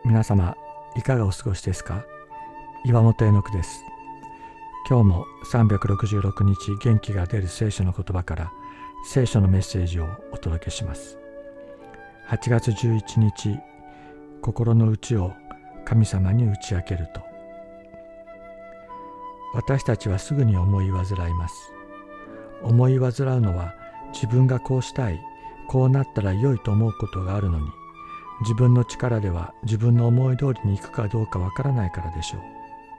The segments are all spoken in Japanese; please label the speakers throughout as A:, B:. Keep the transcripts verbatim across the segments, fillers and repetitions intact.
A: 皆様いかがお過ごしですか。岩本絵の句です。今日もさんびゃくろくじゅうろくにち元気が出る聖書の言葉から聖書のメッセージをお届けします。はちがつじゅういちにち、心の内を神様に打ち明けると。私たちはすぐに思い煩います。思い煩うのは自分がこうしたい、こうなったら良いと思うことがあるのに、自分の力では自分の思い通りにいくかどうかわからないからでしょう。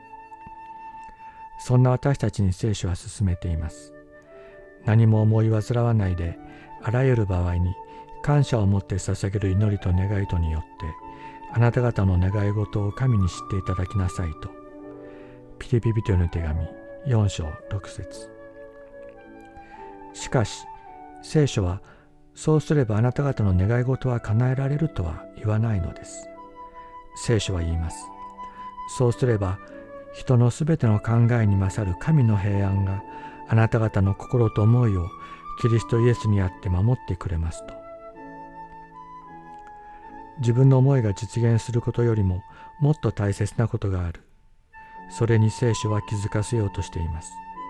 A: そんな私たちに聖書は勧めています。何も思い煩わないで、あらゆる場合に感謝を持って捧げる祈りと願いとによって、あなた方の願い事を神に知っていただきなさいと。ピリピ人への手紙よんしょうろくせつ。しかし、聖書はそうすればあなた方の願い事は叶えられるとは言わないのです。聖書は言います。そうすれば人のすべての考えに勝る神の平安があなた方の心と思いをキリストイエスにあって守ってくれますと。自分の思いが実現することよりももっと大切なことがある。それに聖書は気づかせようとしています。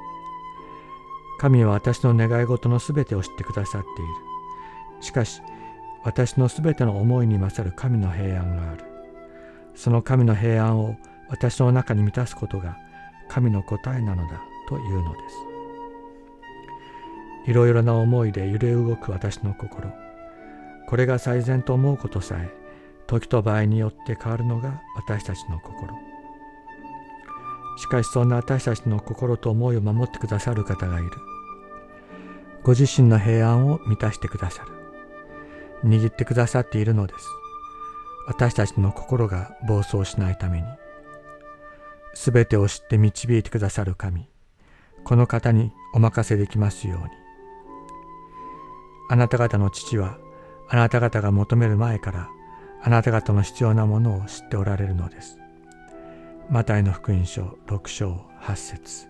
A: 神は私の願い事のすべてを知ってくださっている。しかし、私のすべての思いに勝る神の平安がある。その神の平安を私の中に満たすことが神の答えなのだというのです。いろいろな思いで揺れ動く私の心。これが最善と思うことさえ、時と場合によって変わるのが私たちの心。しかしそんな私たちの心と思いを守ってくださる方がいる。ご自身の平安を満たしてくださる。握ってくださっているのです。私たちの心が暴走しないために。すべてを知って導いてくださる神、この方にお任せできますように。あなた方の父は、あなた方が求める前から、あなた方の必要なものを知っておられるのです。マタイの福音書ろくしょうはっせつ。